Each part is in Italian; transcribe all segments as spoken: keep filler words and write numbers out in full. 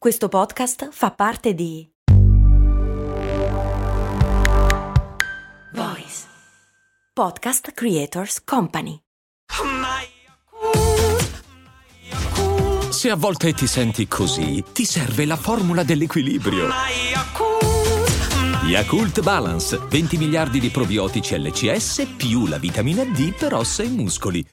Questo podcast fa parte di Voice Podcast Creators Company. Se a volte ti senti così, ti serve la formula dell'equilibrio. Yakult Balance, venti miliardi di probiotici L C S più la vitamina D per ossa e muscoli.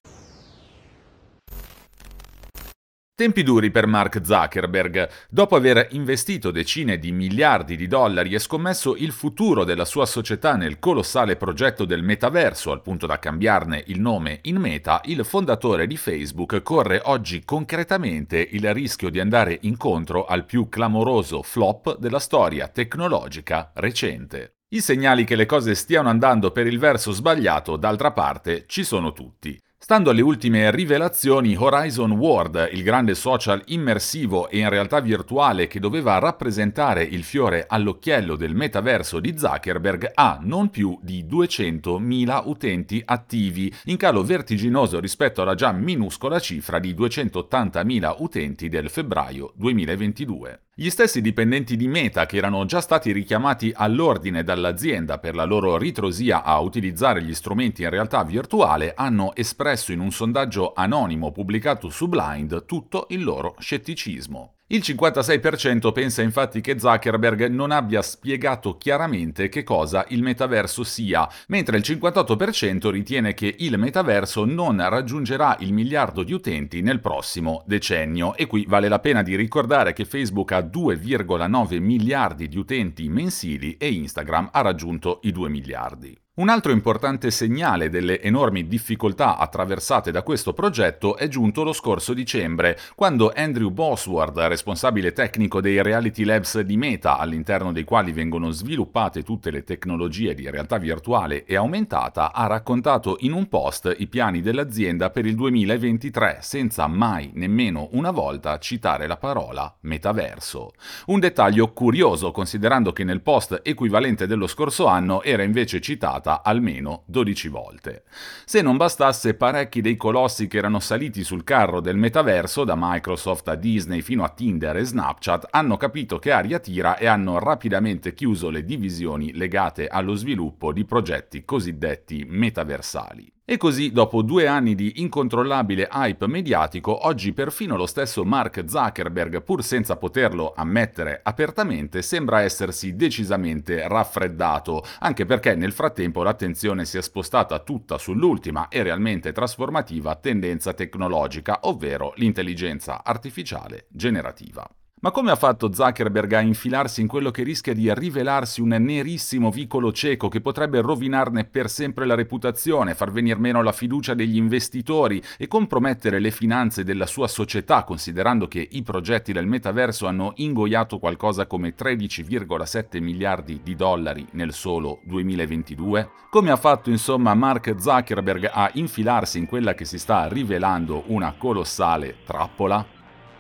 Tempi duri per Mark Zuckerberg. Dopo aver investito decine di miliardi di dollari e scommesso il futuro della sua società nel colossale progetto del metaverso, al punto da cambiarne il nome in Meta, il fondatore di Facebook corre oggi concretamente il rischio di andare incontro al più clamoroso flop della storia tecnologica recente. I segnali che le cose stiano andando per il verso sbagliato, d'altra parte, ci sono tutti. Stando alle ultime rivelazioni, Horizon World, il grande social immersivo e in realtà virtuale che doveva rappresentare il fiore all'occhiello del metaverso di Zuckerberg, ha non più di duecentomila utenti attivi, in calo vertiginoso rispetto alla già minuscola cifra di duecentottantamila utenti del febbraio duemilaventidue. Gli stessi dipendenti di Meta, che erano già stati richiamati all'ordine dall'azienda per la loro ritrosia a utilizzare gli strumenti in realtà virtuale, hanno espresso in un sondaggio anonimo pubblicato su Blind tutto il loro scetticismo. Il cinquantasei per cento pensa infatti che Zuckerberg non abbia spiegato chiaramente che cosa il metaverso sia, mentre il cinquantotto per cento ritiene che il metaverso non raggiungerà il miliardo di utenti nel prossimo decennio. E qui vale la pena di ricordare che Facebook ha due virgola nove miliardi di utenti mensili e Instagram ha raggiunto i due miliardi. Un altro importante segnale delle enormi difficoltà attraversate da questo progetto è giunto lo scorso dicembre, quando Andrew Bosworth, responsabile tecnico dei Reality Labs di Meta, all'interno dei quali vengono sviluppate tutte le tecnologie di realtà virtuale e aumentata, ha raccontato in un post i piani dell'azienda per il duemilaventitré, senza mai nemmeno una volta citare la parola metaverso. Un dettaglio curioso, considerando che nel post equivalente dello scorso anno era invece citata almeno dodici volte. Se non bastasse, parecchi dei colossi che erano saliti sul carro del metaverso, da Microsoft a Disney fino a Tinder e Snapchat, hanno capito che aria tira e hanno rapidamente chiuso le divisioni legate allo sviluppo di progetti cosiddetti metaversali. E così, dopo due anni di incontrollabile hype mediatico, oggi perfino lo stesso Mark Zuckerberg, pur senza poterlo ammettere apertamente, sembra essersi decisamente raffreddato, anche perché nel frattempo l'attenzione si è spostata tutta sull'ultima e realmente trasformativa tendenza tecnologica, ovvero l'intelligenza artificiale generativa. Ma come ha fatto Zuckerberg a infilarsi in quello che rischia di rivelarsi un nerissimo vicolo cieco che potrebbe rovinarne per sempre la reputazione, far venir meno la fiducia degli investitori e compromettere le finanze della sua società, considerando che i progetti del metaverso hanno ingoiato qualcosa come tredici virgola sette miliardi di dollari nel solo duemilaventidue? Come ha fatto insomma Mark Zuckerberg a infilarsi in quella che si sta rivelando una colossale trappola?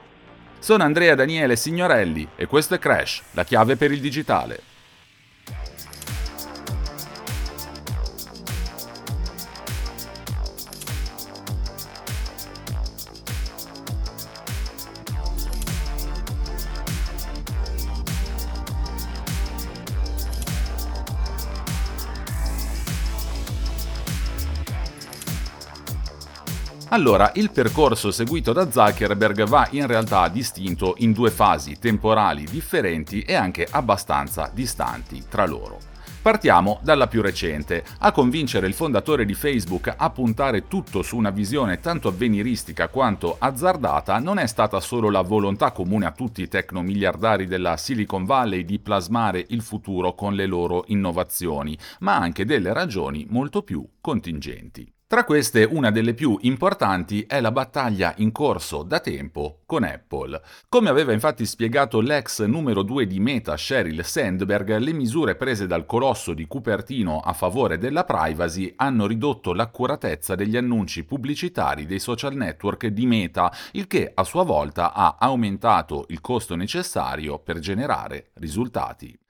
Sono Andrea Daniele Signorelli e questo è Crash, la chiave per il digitale. Allora, il percorso seguito da Zuckerberg va in realtà distinto in due fasi temporali differenti e anche abbastanza distanti tra loro. Partiamo dalla più recente. A convincere il fondatore di Facebook a puntare tutto su una visione tanto avveniristica quanto azzardata non è stata solo la volontà comune a tutti i tecnomiliardari della Silicon Valley di plasmare il futuro con le loro innovazioni, ma anche delle ragioni molto più contingenti. Tra queste, una delle più importanti è la battaglia in corso da tempo con Apple. Come aveva infatti spiegato l'ex numero due di Meta, Sheryl Sandberg, le misure prese dal colosso di Cupertino a favore della privacy hanno ridotto l'accuratezza degli annunci pubblicitari dei social network di Meta, il che a sua volta ha aumentato il costo necessario per generare risultati.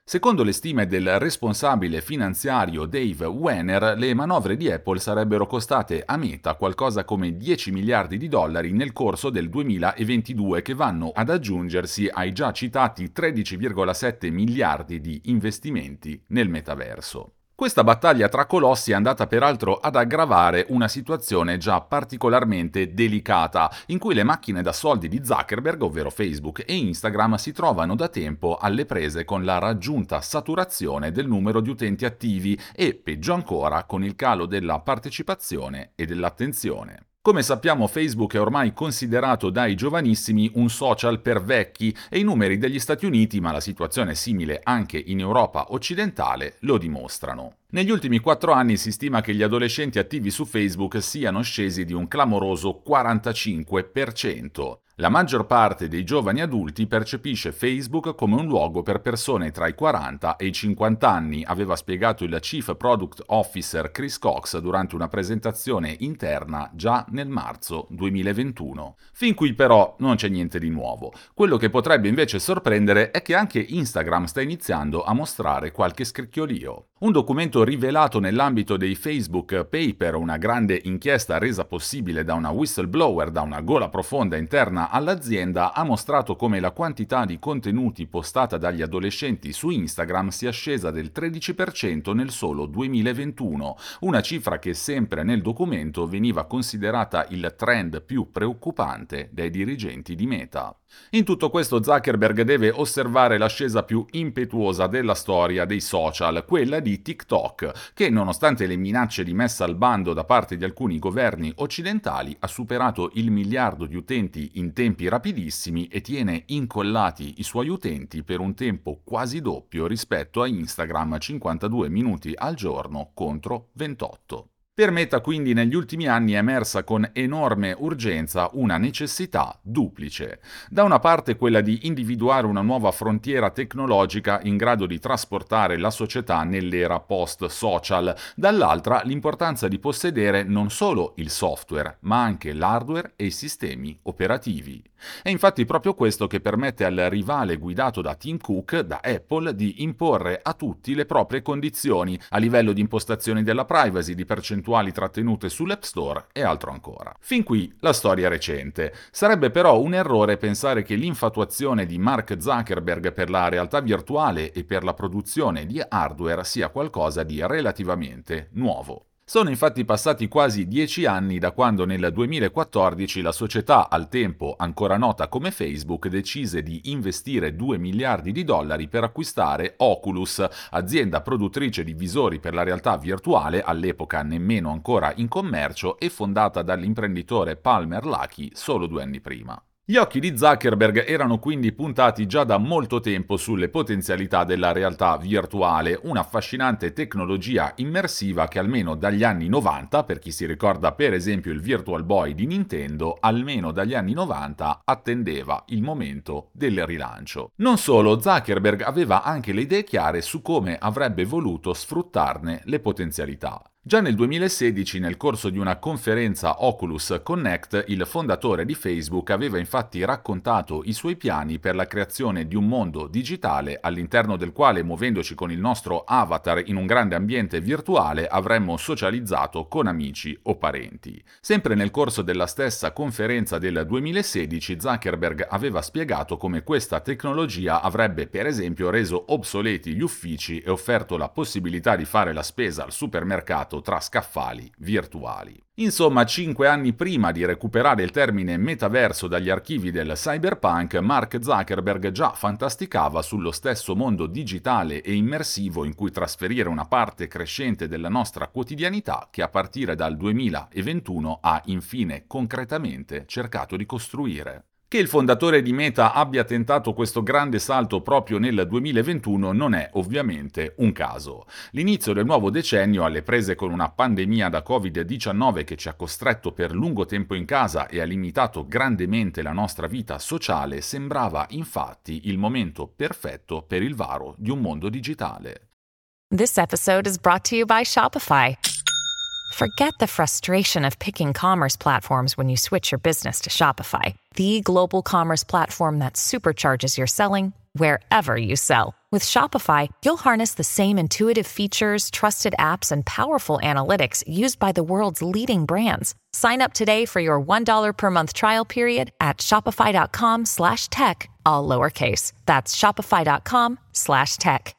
Secondo le stime del responsabile finanziario Dave Wehner, le manovre di Apple sarebbero costate a Meta qualcosa come dieci miliardi di dollari nel corso del duemilaventidue, che vanno ad aggiungersi ai già citati tredici virgola sette miliardi di investimenti nel metaverso. Questa battaglia tra colossi è andata peraltro ad aggravare una situazione già particolarmente delicata, in cui le macchine da soldi di Zuckerberg, ovvero Facebook e Instagram, si trovano da tempo alle prese con la raggiunta saturazione del numero di utenti attivi e, peggio ancora, con il calo della partecipazione e dell'attenzione. Come sappiamo, Facebook è ormai considerato dai giovanissimi un social per vecchi e i numeri degli Stati Uniti, ma la situazione è simile anche in Europa occidentale, lo dimostrano. Negli ultimi quattro anni si stima che gli adolescenti attivi su Facebook siano scesi di un clamoroso quarantacinque per cento. La maggior parte dei giovani adulti percepisce Facebook come un luogo per persone tra i quaranta e i cinquanta anni, aveva spiegato il Chief Product Officer Chris Cox durante una presentazione interna già nel marzo duemilaventuno. Fin qui però non c'è niente di nuovo. Quello che potrebbe invece sorprendere è che anche Instagram sta iniziando a mostrare qualche scricchiolio. Un documento rivelato nell'ambito dei Facebook Paper, una grande inchiesta resa possibile da una whistleblower, da una gola profonda interna all'azienda, ha mostrato come la quantità di contenuti postata dagli adolescenti su Instagram sia scesa del tredici per cento nel solo duemilaventuno, una cifra che sempre nel documento veniva considerata il trend più preoccupante dai dirigenti di Meta. In tutto questo Zuckerberg deve osservare l'ascesa più impetuosa della storia dei social, quella di TikTok, che nonostante le minacce di messa al bando da parte di alcuni governi occidentali ha superato il miliardo di utenti in tempi rapidissimi e tiene incollati i suoi utenti per un tempo quasi doppio rispetto a Instagram, cinquantadue minuti al giorno contro ventotto. Per Meta quindi negli ultimi anni è emersa con enorme urgenza una necessità duplice. Da una parte quella di individuare una nuova frontiera tecnologica in grado di trasportare la società nell'era post-social, dall'altra l'importanza di possedere non solo il software, ma anche l'hardware e i sistemi operativi. È infatti proprio questo che permette al rivale guidato da Tim Cook, da Apple, di imporre a tutti le proprie condizioni a livello di impostazioni della privacy, di percentuali trattenute sull'App Store e altro ancora. Fin qui la storia recente. Sarebbe però un errore pensare che l'infatuazione di Mark Zuckerberg per la realtà virtuale e per la produzione di hardware sia qualcosa di relativamente nuovo. Sono infatti passati quasi dieci anni da quando nel duemilaquattordici la società, al tempo ancora nota come Facebook, decise di investire due miliardi di dollari per acquistare Oculus, azienda produttrice di visori per la realtà virtuale, all'epoca nemmeno ancora in commercio e fondata dall'imprenditore Palmer Luckey solo due anni prima. Gli occhi di Zuckerberg erano quindi puntati già da molto tempo sulle potenzialità della realtà virtuale, un'affascinante tecnologia immersiva che almeno dagli anni novanta, per chi si ricorda per esempio il Virtual Boy di Nintendo, almeno dagli anni novanta attendeva il momento del rilancio. Non solo, Zuckerberg aveva anche le idee chiare su come avrebbe voluto sfruttarne le potenzialità. Già nel duemilasedici, nel corso di una conferenza Oculus Connect, il fondatore di Facebook aveva infatti raccontato i suoi piani per la creazione di un mondo digitale all'interno del quale, muovendoci con il nostro avatar in un grande ambiente virtuale, avremmo socializzato con amici o parenti. Sempre nel corso della stessa conferenza del duemilasedici, Zuckerberg aveva spiegato come questa tecnologia avrebbe per esempio reso obsoleti gli uffici e offerto la possibilità di fare la spesa al supermercato tra scaffali virtuali. Insomma, cinque anni prima di recuperare il termine metaverso dagli archivi del cyberpunk, Mark Zuckerberg già fantasticava sullo stesso mondo digitale e immersivo in cui trasferire una parte crescente della nostra quotidianità che a partire dal duemilaventuno ha infine concretamente cercato di costruire. Che il fondatore di Meta abbia tentato questo grande salto proprio nel duemilaventuno non è ovviamente un caso. L'inizio del nuovo decennio, alle prese con una pandemia da covid diciannove che ci ha costretto per lungo tempo in casa e ha limitato grandemente la nostra vita sociale, sembrava infatti il momento perfetto per il varo di un mondo digitale. This episode is brought to you by Shopify. Forget the frustration of picking commerce platforms when you switch your business to Shopify, the global commerce platform that supercharges your selling wherever you sell. With Shopify, you'll harness the same intuitive features, trusted apps, and powerful analytics used by the world's leading brands. Sign up today for your one dollar per month trial period at shopify.com slash tech, all lowercase. That's shopify.com slash tech.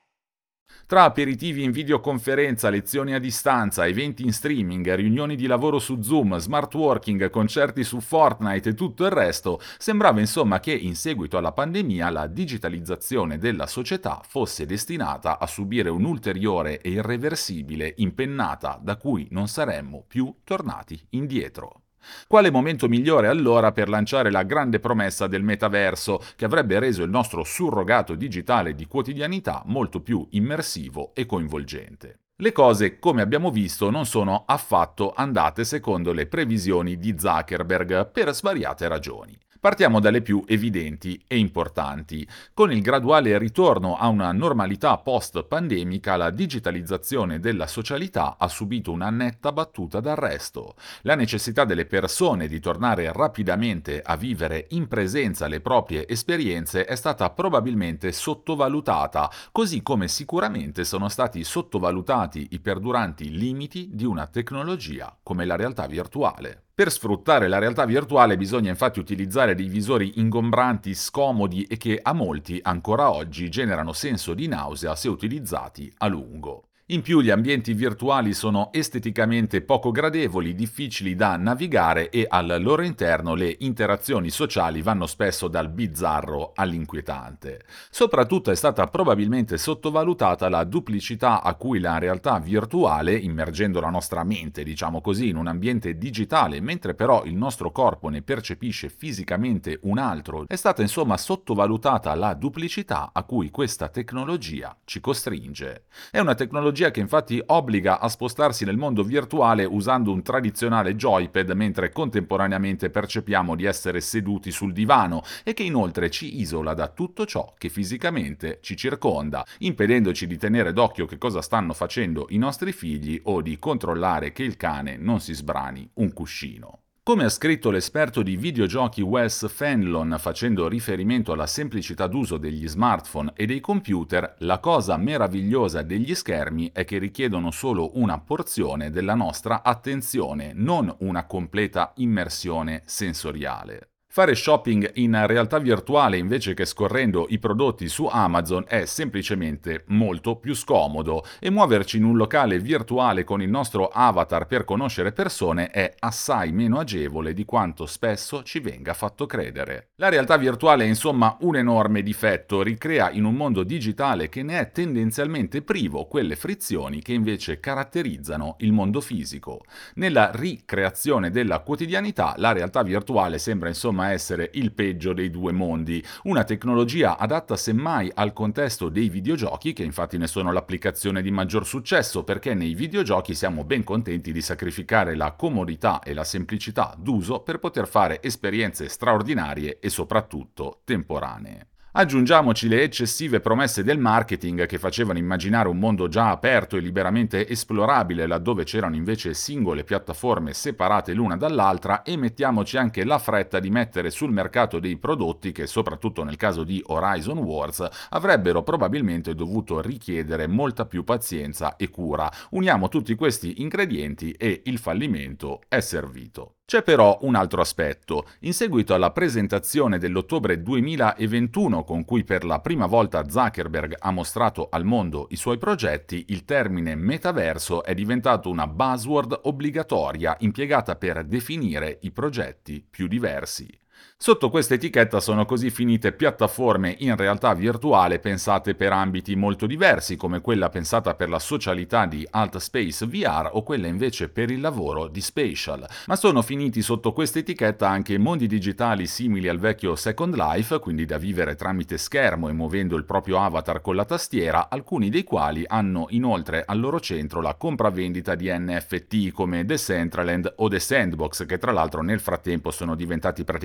Tra aperitivi in videoconferenza, lezioni a distanza, eventi in streaming, riunioni di lavoro su Zoom, smart working, concerti su Fortnite e tutto il resto, sembrava insomma che in seguito alla pandemia la digitalizzazione della società fosse destinata a subire un'ulteriore e irreversibile impennata da cui non saremmo più tornati indietro. Quale momento migliore allora per lanciare la grande promessa del metaverso, che avrebbe reso il nostro surrogato digitale di quotidianità molto più immersivo e coinvolgente? Le cose, come abbiamo visto, non sono affatto andate secondo le previsioni di Zuckerberg per svariate ragioni. Partiamo dalle più evidenti e importanti. Con il graduale ritorno a una normalità post-pandemica, la digitalizzazione della socialità ha subito una netta battuta d'arresto. La necessità delle persone di tornare rapidamente a vivere in presenza le proprie esperienze è stata probabilmente sottovalutata, così come sicuramente sono stati sottovalutati i perduranti limiti di una tecnologia come la realtà virtuale. Per sfruttare la realtà virtuale bisogna infatti utilizzare dei visori ingombranti, scomodi e che a molti ancora oggi generano senso di nausea se utilizzati a lungo. In più gli ambienti virtuali sono esteticamente poco gradevoli, difficili da navigare e al loro interno le interazioni sociali vanno spesso dal bizzarro all'inquietante. Soprattutto è stata probabilmente sottovalutata la duplicità a cui la realtà virtuale, immergendo la nostra mente, diciamo così, in un ambiente digitale, mentre però il nostro corpo ne percepisce fisicamente un altro, è stata insomma sottovalutata la duplicità a cui questa tecnologia ci costringe. È una tecnologia che infatti obbliga a spostarsi nel mondo virtuale usando un tradizionale joypad mentre contemporaneamente percepiamo di essere seduti sul divano e che inoltre ci isola da tutto ciò che fisicamente ci circonda, impedendoci di tenere d'occhio che cosa stanno facendo i nostri figli o di controllare che il cane non si sbrani un cuscino. Come ha scritto l'esperto di videogiochi Wes Fenlon facendo riferimento alla semplicità d'uso degli smartphone e dei computer, la cosa meravigliosa degli schermi è che richiedono solo una porzione della nostra attenzione, non una completa immersione sensoriale. Fare shopping in realtà virtuale invece che scorrendo i prodotti su Amazon è semplicemente molto più scomodo e muoverci in un locale virtuale con il nostro avatar per conoscere persone è assai meno agevole di quanto spesso ci venga fatto credere. La realtà virtuale è insomma un enorme difetto, ricrea in un mondo digitale che ne è tendenzialmente privo quelle frizioni che invece caratterizzano il mondo fisico. Nella ricreazione della quotidianità la realtà virtuale sembra insomma essere il peggio dei due mondi, una tecnologia adatta semmai al contesto dei videogiochi, che infatti ne sono l'applicazione di maggior successo, perché nei videogiochi siamo ben contenti di sacrificare la comodità e la semplicità d'uso per poter fare esperienze straordinarie e soprattutto temporanee. Aggiungiamoci le eccessive promesse del marketing che facevano immaginare un mondo già aperto e liberamente esplorabile laddove c'erano invece singole piattaforme separate l'una dall'altra e mettiamoci anche la fretta di mettere sul mercato dei prodotti che, soprattutto nel caso di Horizon Wars, avrebbero probabilmente dovuto richiedere molta più pazienza e cura. Uniamo tutti questi ingredienti e il fallimento è servito. C'è però un altro aspetto. In seguito alla presentazione dell'ottobre duemilaventuno, con cui per la prima volta Zuckerberg ha mostrato al mondo i suoi progetti, il termine metaverso è diventato una buzzword obbligatoria impiegata per definire i progetti più diversi. Sotto questa etichetta sono così finite piattaforme in realtà virtuale pensate per ambiti molto diversi, come quella pensata per la socialità di Altspace V R o quella invece per il lavoro di Spatial. Ma sono finiti sotto questa etichetta anche mondi digitali simili al vecchio Second Life, quindi da vivere tramite schermo e muovendo il proprio avatar con la tastiera, alcuni dei quali hanno inoltre al loro centro la compravendita di N F T come Decentraland o The Sandbox, che tra l'altro nel frattempo sono diventati praticamente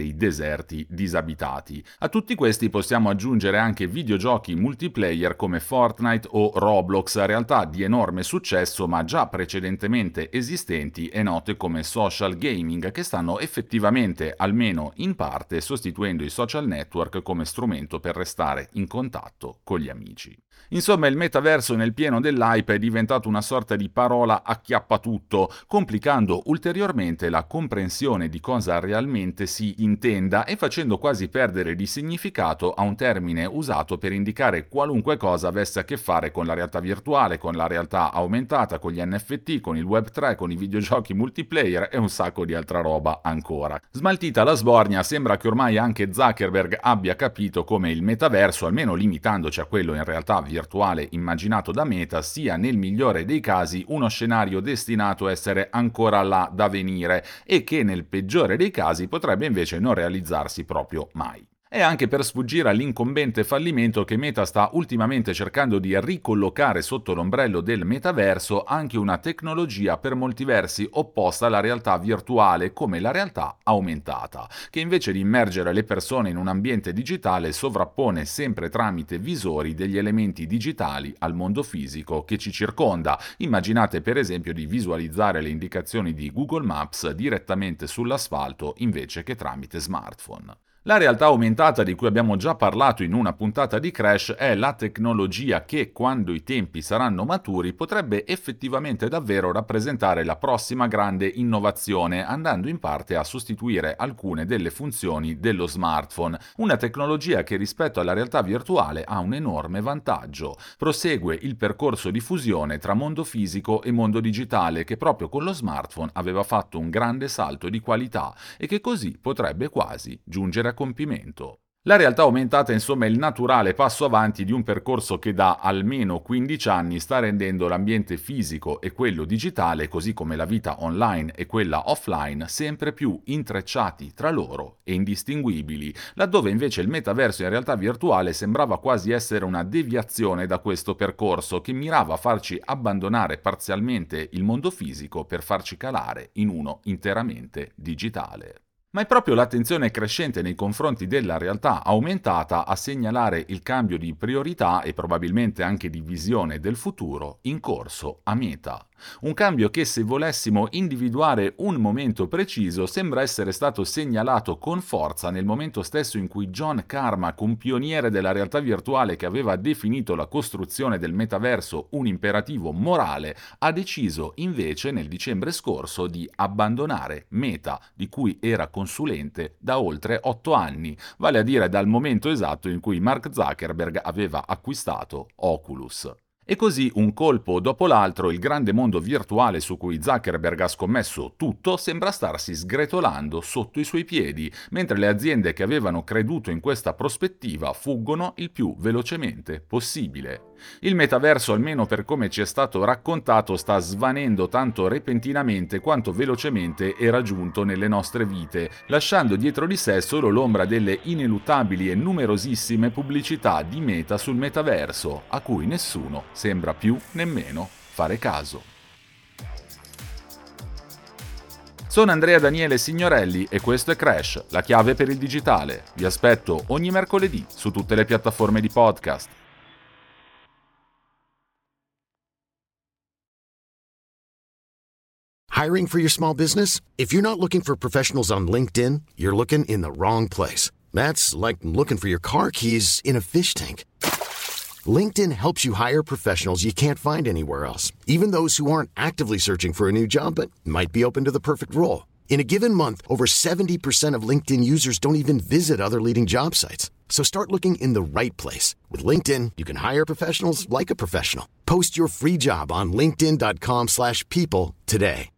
dei deserti disabitati. A tutti questi possiamo aggiungere anche videogiochi multiplayer come Fortnite o Roblox, realtà di enorme successo ma già precedentemente esistenti e note come social gaming, che stanno effettivamente, almeno in parte, sostituendo i social network come strumento per restare in contatto con gli amici. Insomma, il metaverso nel pieno dell'hype è diventato una sorta di parola acchiappatutto, complicando ulteriormente la comprensione di cosa realmente si intenda e facendo quasi perdere di significato a un termine usato per indicare qualunque cosa avesse a che fare con la realtà virtuale, con la realtà aumentata, con gli N F T, con il web tre, con i videogiochi multiplayer e un sacco di altra roba ancora. Smaltita la sbornia, sembra che ormai anche Zuckerberg abbia capito come il metaverso, almeno limitandoci a quello in realtà virtuale immaginato da Meta, sia nel migliore dei casi uno scenario destinato a essere ancora là da venire e che nel peggiore dei casi potrebbe invece non realizzarsi proprio mai. È anche per sfuggire all'incombente fallimento che Meta sta ultimamente cercando di ricollocare sotto l'ombrello del metaverso anche una tecnologia per molti versi opposta alla realtà virtuale, come la realtà aumentata, che invece di immergere le persone in un ambiente digitale sovrappone sempre tramite visori degli elementi digitali al mondo fisico che ci circonda. Immaginate per esempio di visualizzare le indicazioni di Google Maps direttamente sull'asfalto invece che tramite smartphone. La realtà aumentata di cui abbiamo già parlato in una puntata di Crash è la tecnologia che, quando i tempi saranno maturi, potrebbe effettivamente davvero rappresentare la prossima grande innovazione, andando in parte a sostituire alcune delle funzioni dello smartphone. Una tecnologia che rispetto alla realtà virtuale ha un enorme vantaggio. Prosegue il percorso di fusione tra mondo fisico e mondo digitale che proprio con lo smartphone aveva fatto un grande salto di qualità e che così potrebbe quasi giungere a compimento. La realtà aumentata, insomma, è il naturale passo avanti di un percorso che da almeno quindici anni sta rendendo l'ambiente fisico e quello digitale, così come la vita online e quella offline, sempre più intrecciati tra loro e indistinguibili, laddove invece il metaverso in realtà virtuale sembrava quasi essere una deviazione da questo percorso che mirava a farci abbandonare parzialmente il mondo fisico per farci calare in uno interamente digitale. Ma è proprio l'attenzione crescente nei confronti della realtà aumentata a segnalare il cambio di priorità e probabilmente anche di visione del futuro in corso a Meta. Un cambio che, se volessimo individuare un momento preciso, sembra essere stato segnalato con forza nel momento stesso in cui John Carmack, un pioniere della realtà virtuale che aveva definito la costruzione del metaverso un imperativo morale, ha deciso invece nel dicembre scorso di abbandonare Meta, di cui era consulente da oltre otto anni, vale a dire dal momento esatto in cui Mark Zuckerberg aveva acquistato Oculus. E così, un colpo dopo l'altro, il grande mondo virtuale su cui Zuckerberg ha scommesso tutto sembra starsi sgretolando sotto i suoi piedi, mentre le aziende che avevano creduto in questa prospettiva fuggono il più velocemente possibile. Il metaverso, almeno per come ci è stato raccontato, sta svanendo tanto repentinamente quanto velocemente era giunto nelle nostre vite, lasciando dietro di sé solo l'ombra delle ineluttabili e numerosissime pubblicità di Meta sul metaverso, a cui nessuno sembra più nemmeno fare caso. Sono Andrea Daniele Signorelli e questo è Crash, la chiave per il digitale. Vi aspetto ogni mercoledì su tutte le piattaforme di podcast. Hiring for your small business? If you're not looking for professionals on LinkedIn, you're looking in the wrong place. That's like looking for your car keys in a fish tank. LinkedIn helps you hire professionals you can't find anywhere else, even those who aren't actively searching for a new job but might be open to the perfect role. In a given month, over seventy percent of LinkedIn users don't even visit other leading job sites. So start looking in the right place. With LinkedIn, you can hire professionals like a professional. Post your free job on linkedin dot com slash people today.